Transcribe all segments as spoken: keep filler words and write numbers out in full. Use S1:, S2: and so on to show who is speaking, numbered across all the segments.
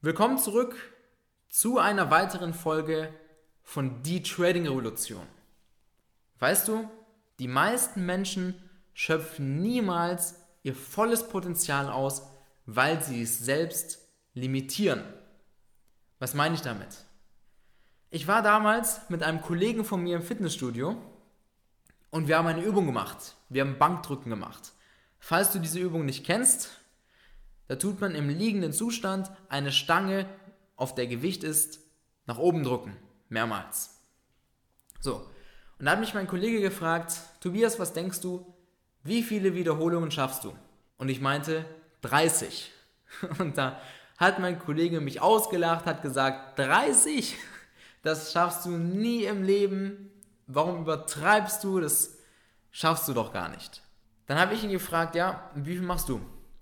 S1: Willkommen zurück zu einer weiteren Folge von Die Trading Revolution. Weißt du, die meisten Menschen schöpfen niemals ihr volles Potenzial aus, weil sie es selbst limitieren. Was meine ich damit? Ich war damals mit einem Kollegen von mir im Fitnessstudio und wir haben eine Übung gemacht. Wir haben Bankdrücken gemacht. Falls du diese Übung nicht kennst, da tut man im liegenden Zustand eine Stange, auf der Gewicht ist, nach oben drücken. Mehrmals. So. Und da hat mich mein Kollege gefragt, Tobias, was denkst du, wie viele Wiederholungen schaffst du? Und ich meinte, dreißig. Und da hat mein Kollege mich ausgelacht, hat gesagt, dreißig? Das schaffst du nie im Leben. Warum übertreibst du? Das schaffst du doch gar nicht. Dann habe ich ihn gefragt, ja, wie viel machst du?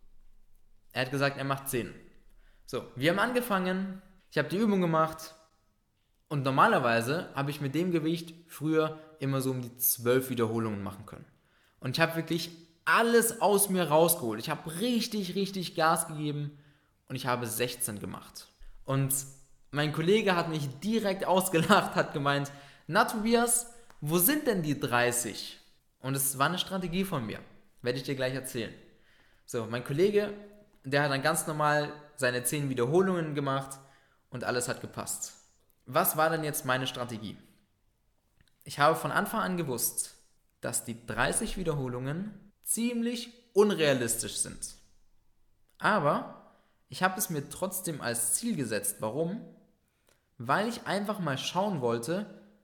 S1: Er hat gesagt, er macht zehn. So, wir haben angefangen, ich habe die Übung gemacht und normalerweise habe ich mit dem Gewicht früher immer so um die zwölf Wiederholungen machen können. Und ich habe wirklich alles aus mir rausgeholt. Ich habe richtig, richtig Gas gegeben und ich habe sechzehn gemacht. Und mein Kollege hat mich direkt ausgelacht, hat gemeint, na Tobias, wo sind denn die dreißig? Und es war eine Strategie von mir, werde ich dir gleich erzählen. So, mein Kollege, der hat dann ganz normal seine zehn Wiederholungen gemacht und alles hat gepasst. Was war denn jetzt meine Strategie? Ich habe von Anfang an gewusst, dass die dreißig Wiederholungen ziemlich unrealistisch sind. Aber ich habe es mir trotzdem als Ziel gesetzt. Warum? Weil ich einfach mal schauen wollte,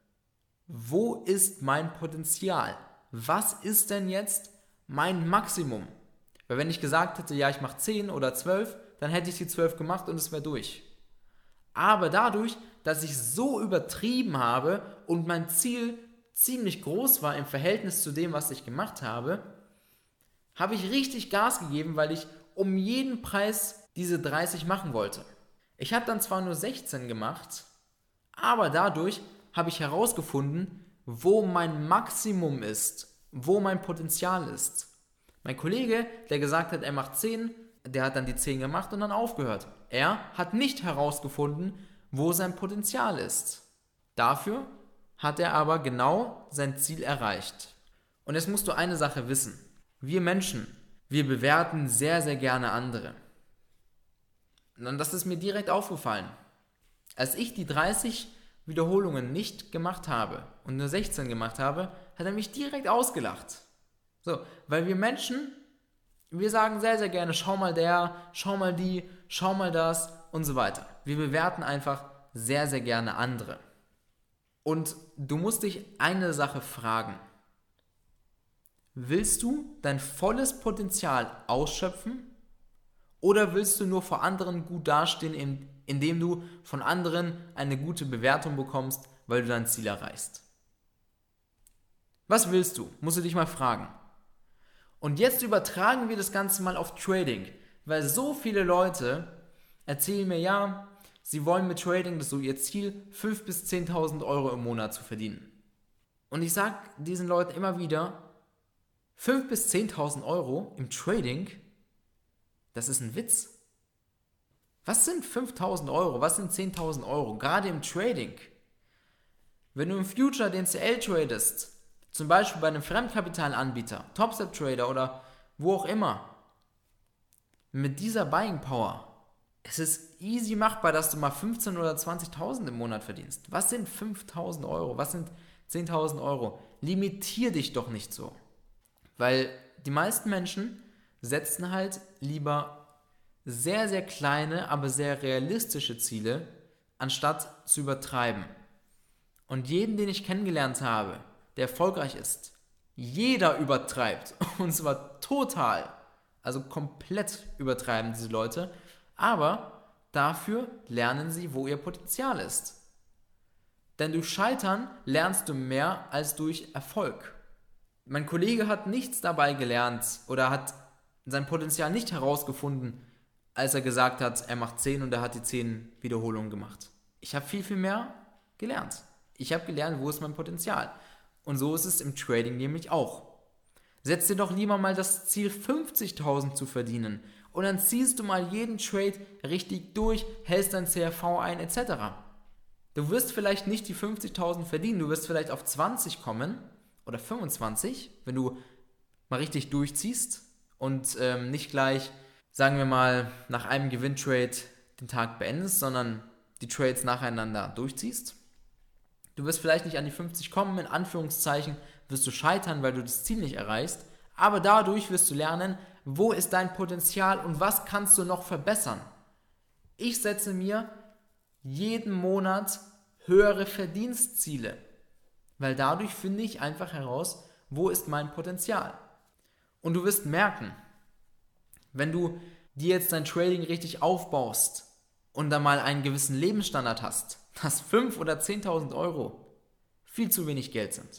S1: wo ist mein Potenzial? Was ist denn jetzt mein Maximum? Weil wenn ich gesagt hätte, ja, ich mache zehn oder zwölf, dann hätte ich die zwölf gemacht und es wäre durch. Aber dadurch, dass ich so übertrieben habe und mein Ziel ziemlich groß war im Verhältnis zu dem, was ich gemacht habe, habe ich richtig Gas gegeben, weil ich um jeden Preis diese dreißig machen wollte. Ich habe dann zwar nur sechzehn gemacht, aber dadurch habe ich herausgefunden, wo mein Maximum ist, wo mein Potenzial ist. Mein Kollege, der gesagt hat, er macht zehn, der hat dann die zehn gemacht und dann aufgehört. Er hat nicht herausgefunden, wo sein Potenzial ist. Dafür hat er aber genau sein Ziel erreicht. Und jetzt musst du eine Sache wissen. Wir Menschen, wir bewerten sehr, sehr gerne andere. Und das ist mir direkt aufgefallen. Als ich die dreißig Wiederholungen nicht gemacht habe und nur sechzehn gemacht habe, hat er mich direkt ausgelacht. So, weil wir Menschen, wir sagen sehr, sehr gerne, schau mal der, schau mal die, schau mal das und so weiter. Wir bewerten einfach sehr, sehr gerne andere. Und du musst dich eine Sache fragen. Willst du dein volles Potenzial ausschöpfen oder willst du nur vor anderen gut dastehen, indem du von anderen eine gute Bewertung bekommst, weil du dein Ziel erreichst? Was willst du? Musst du dich mal fragen. Und jetzt übertragen wir das Ganze mal auf Trading, weil so viele Leute erzählen mir, ja, sie wollen mit Trading, das ist so ihr Ziel, fünftausend bis zehntausend Euro im Monat zu verdienen. Und ich sage diesen Leuten immer wieder, fünftausend bis zehntausend Euro im Trading, das ist ein Witz. Was sind fünftausend Euro? Was sind zehntausend Euro? Gerade im Trading. Wenn du im Future den C L tradest, zum Beispiel bei einem Fremdkapitalanbieter, Topstep Trader oder wo auch immer, mit dieser Buying Power, es ist easy machbar, dass du mal fünfzehntausend oder zwanzigtausend im Monat verdienst. Was sind fünftausend Euro? Was sind zehntausend Euro? Limitier dich doch nicht so. Weil die meisten Menschen setzen halt lieber sehr, sehr kleine, aber sehr realistische Ziele, anstatt zu übertreiben. Und jeden, den ich kennengelernt habe, der erfolgreich ist, jeder übertreibt. Und zwar total. Also komplett übertreiben diese Leute. Aber dafür lernen sie, wo ihr Potenzial ist. Denn durch Scheitern lernst du mehr als durch Erfolg. Mein Kollege hat nichts dabei gelernt oder hat sein Potenzial nicht herausgefunden, als er gesagt hat, er macht zehn und er hat die zehn Wiederholungen gemacht. Ich habe viel, viel mehr gelernt. Ich habe gelernt, wo ist mein Potenzial. Und so ist es im Trading nämlich auch. Setz dir doch lieber mal das Ziel, fünfzigtausend zu verdienen Und dann ziehst du mal jeden Trade richtig durch, hältst dein C R V ein et cetera. Du wirst vielleicht nicht die fünfzigtausend verdienen, du wirst vielleicht auf zwanzig kommen oder fünfundzwanzig, wenn du mal richtig durchziehst und ähm, nicht gleich, sagen wir mal, nach einem Gewinntrade den Tag beendest, sondern die Trades nacheinander durchziehst. Du wirst vielleicht nicht an die fünfzig kommen, in Anführungszeichen wirst du scheitern, weil du das Ziel nicht erreichst, aber dadurch wirst du lernen, wo ist dein Potenzial und was kannst du noch verbessern. Ich setze mir jeden Monat höhere Verdienstziele, weil dadurch finde ich einfach heraus, wo ist mein Potenzial. Und du wirst merken, wenn du dir jetzt dein Trading richtig aufbaust und dann mal einen gewissen Lebensstandard hast, dass fünftausend oder zehntausend Euro viel zu wenig Geld sind.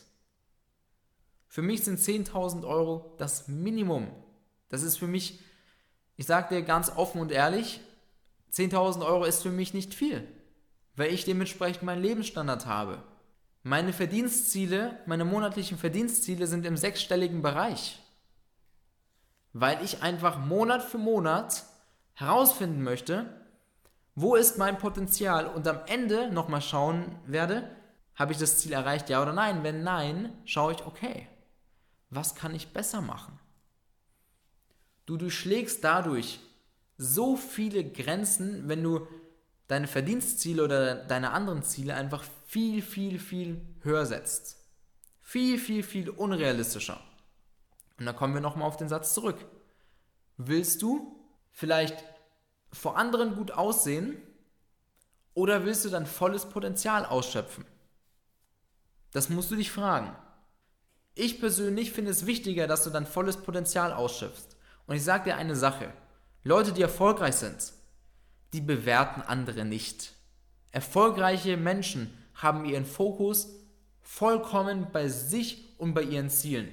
S1: Für mich sind zehntausend Euro das Minimum. Das ist für mich, ich sage dir ganz offen und ehrlich, zehntausend Euro ist für mich nicht viel, weil ich dementsprechend meinen Lebensstandard habe. Meine Verdienstziele, meine monatlichen Verdienstziele sind im sechsstelligen Bereich, weil ich einfach Monat für Monat herausfinden möchte, wo ist mein Potenzial und am Ende nochmal schauen werde, habe ich das Ziel erreicht, ja oder nein? Wenn nein, schaue ich, okay, was kann ich besser machen? Du durchschlägst dadurch so viele Grenzen, wenn du deine Verdienstziele oder deine anderen Ziele einfach viel, viel, viel höher setzt. Viel, viel, viel unrealistischer. Und dann kommen wir nochmal auf den Satz zurück. Willst du vielleicht vor anderen gut aussehen oder willst du dein volles Potenzial ausschöpfen? Das musst du dich fragen. Ich persönlich finde es wichtiger, dass du dein volles Potenzial ausschöpfst. Und ich sage dir eine Sache. Leute, die erfolgreich sind, die bewerten andere nicht. Erfolgreiche Menschen haben ihren Fokus vollkommen bei sich und bei ihren Zielen.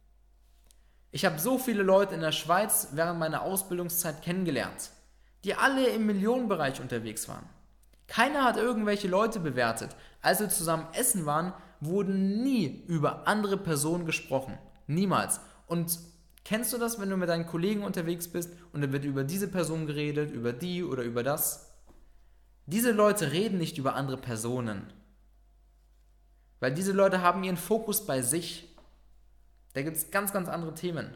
S1: Ich habe so viele Leute in der Schweiz während meiner Ausbildungszeit kennengelernt, die alle im Millionenbereich unterwegs waren. Keiner hat irgendwelche Leute bewertet. Als wir zusammen essen waren, wurden nie über andere Personen gesprochen. Niemals. Und kennst du das, wenn du mit deinen Kollegen unterwegs bist und dann wird über diese Person geredet, über die oder über das? Diese Leute reden nicht über andere Personen. Weil diese Leute haben ihren Fokus bei sich. Da gibt es ganz, ganz andere Themen.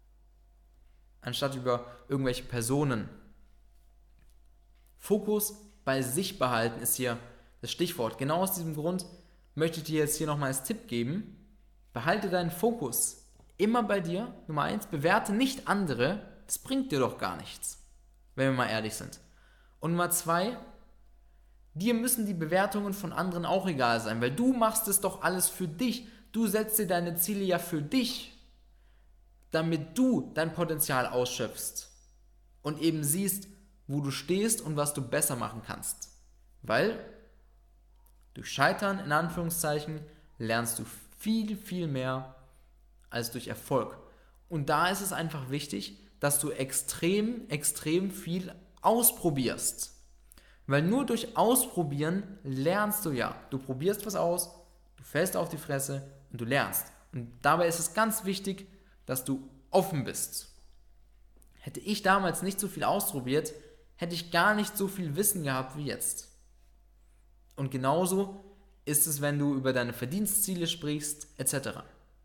S1: Anstatt über irgendwelche Personen. Fokus bei sich behalten ist hier das Stichwort. Genau aus diesem Grund möchte ich dir jetzt hier nochmal als Tipp geben. Behalte deinen Fokus immer bei dir. Nummer eins, bewerte nicht andere. Das bringt dir doch gar nichts, wenn wir mal ehrlich sind. Und Nummer zwei, dir müssen die Bewertungen von anderen auch egal sein, weil du machst es doch alles für dich. Du setzt dir deine Ziele ja für dich, damit du dein Potenzial ausschöpfst und eben siehst, wo du stehst und was du besser machen kannst. Weil durch Scheitern, in Anführungszeichen, lernst du viel, viel mehr als durch Erfolg. Und da ist es einfach wichtig, dass du extrem, extrem viel ausprobierst. Weil nur durch Ausprobieren lernst du ja. Du probierst was aus, du fällst auf die Fresse und du lernst. Und dabei ist es ganz wichtig, dass du offen bist. Hätte ich damals nicht so viel ausprobiert, hätte ich gar nicht so viel Wissen gehabt wie jetzt. Und genauso ist es, wenn du über deine Verdienstziele sprichst, et cetera.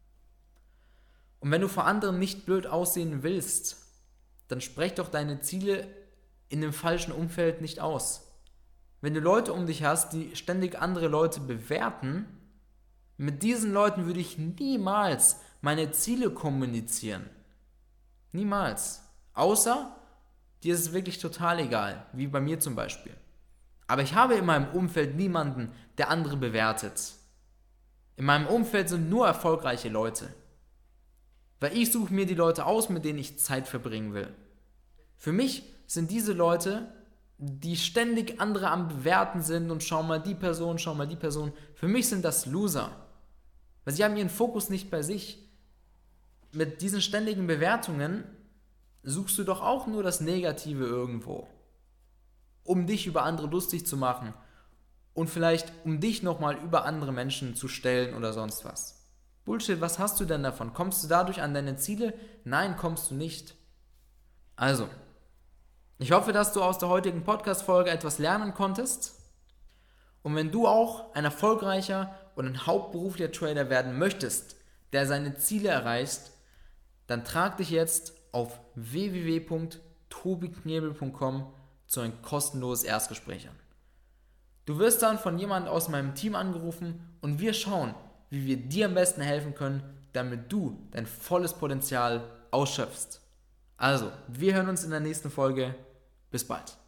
S1: Und wenn du vor anderen nicht blöd aussehen willst, dann sprech doch deine Ziele in dem falschen Umfeld nicht aus. Wenn du Leute um dich hast, die ständig andere Leute bewerten, mit diesen Leuten würde ich niemals meine Ziele kommunizieren. Niemals. Außer dir ist es wirklich total egal, wie bei mir zum Beispiel. Aber ich habe in meinem Umfeld niemanden, der andere bewertet. In meinem Umfeld sind nur erfolgreiche Leute. Weil ich suche mir die Leute aus, mit denen ich Zeit verbringen will. Für mich sind diese Leute, die ständig andere am Bewerten sind und schau mal die Person, schau mal die Person. Für mich sind das Loser. Weil sie haben ihren Fokus nicht bei sich. Mit diesen ständigen Bewertungen suchst du doch auch nur das Negative irgendwo, um dich über andere lustig zu machen und vielleicht um dich nochmal über andere Menschen zu stellen oder sonst was. Bullshit, was hast du denn davon? Kommst du dadurch an deine Ziele? Nein, kommst du nicht. Also, Ich hoffe, dass du aus der heutigen Podcast-Folge etwas lernen konntest. Und wenn du auch ein erfolgreicher und ein hauptberuflicher Trader werden möchtest, der seine Ziele erreicht, dann trag dich jetzt auf w w w punkt tobi knebel punkt com zu ein kostenloses Erstgespräch an. Du wirst dann von jemandem aus meinem Team angerufen und wir schauen, wie wir dir am besten helfen können, damit du dein volles Potenzial ausschöpfst. Also, wir hören uns in der nächsten Folge. Bis bald.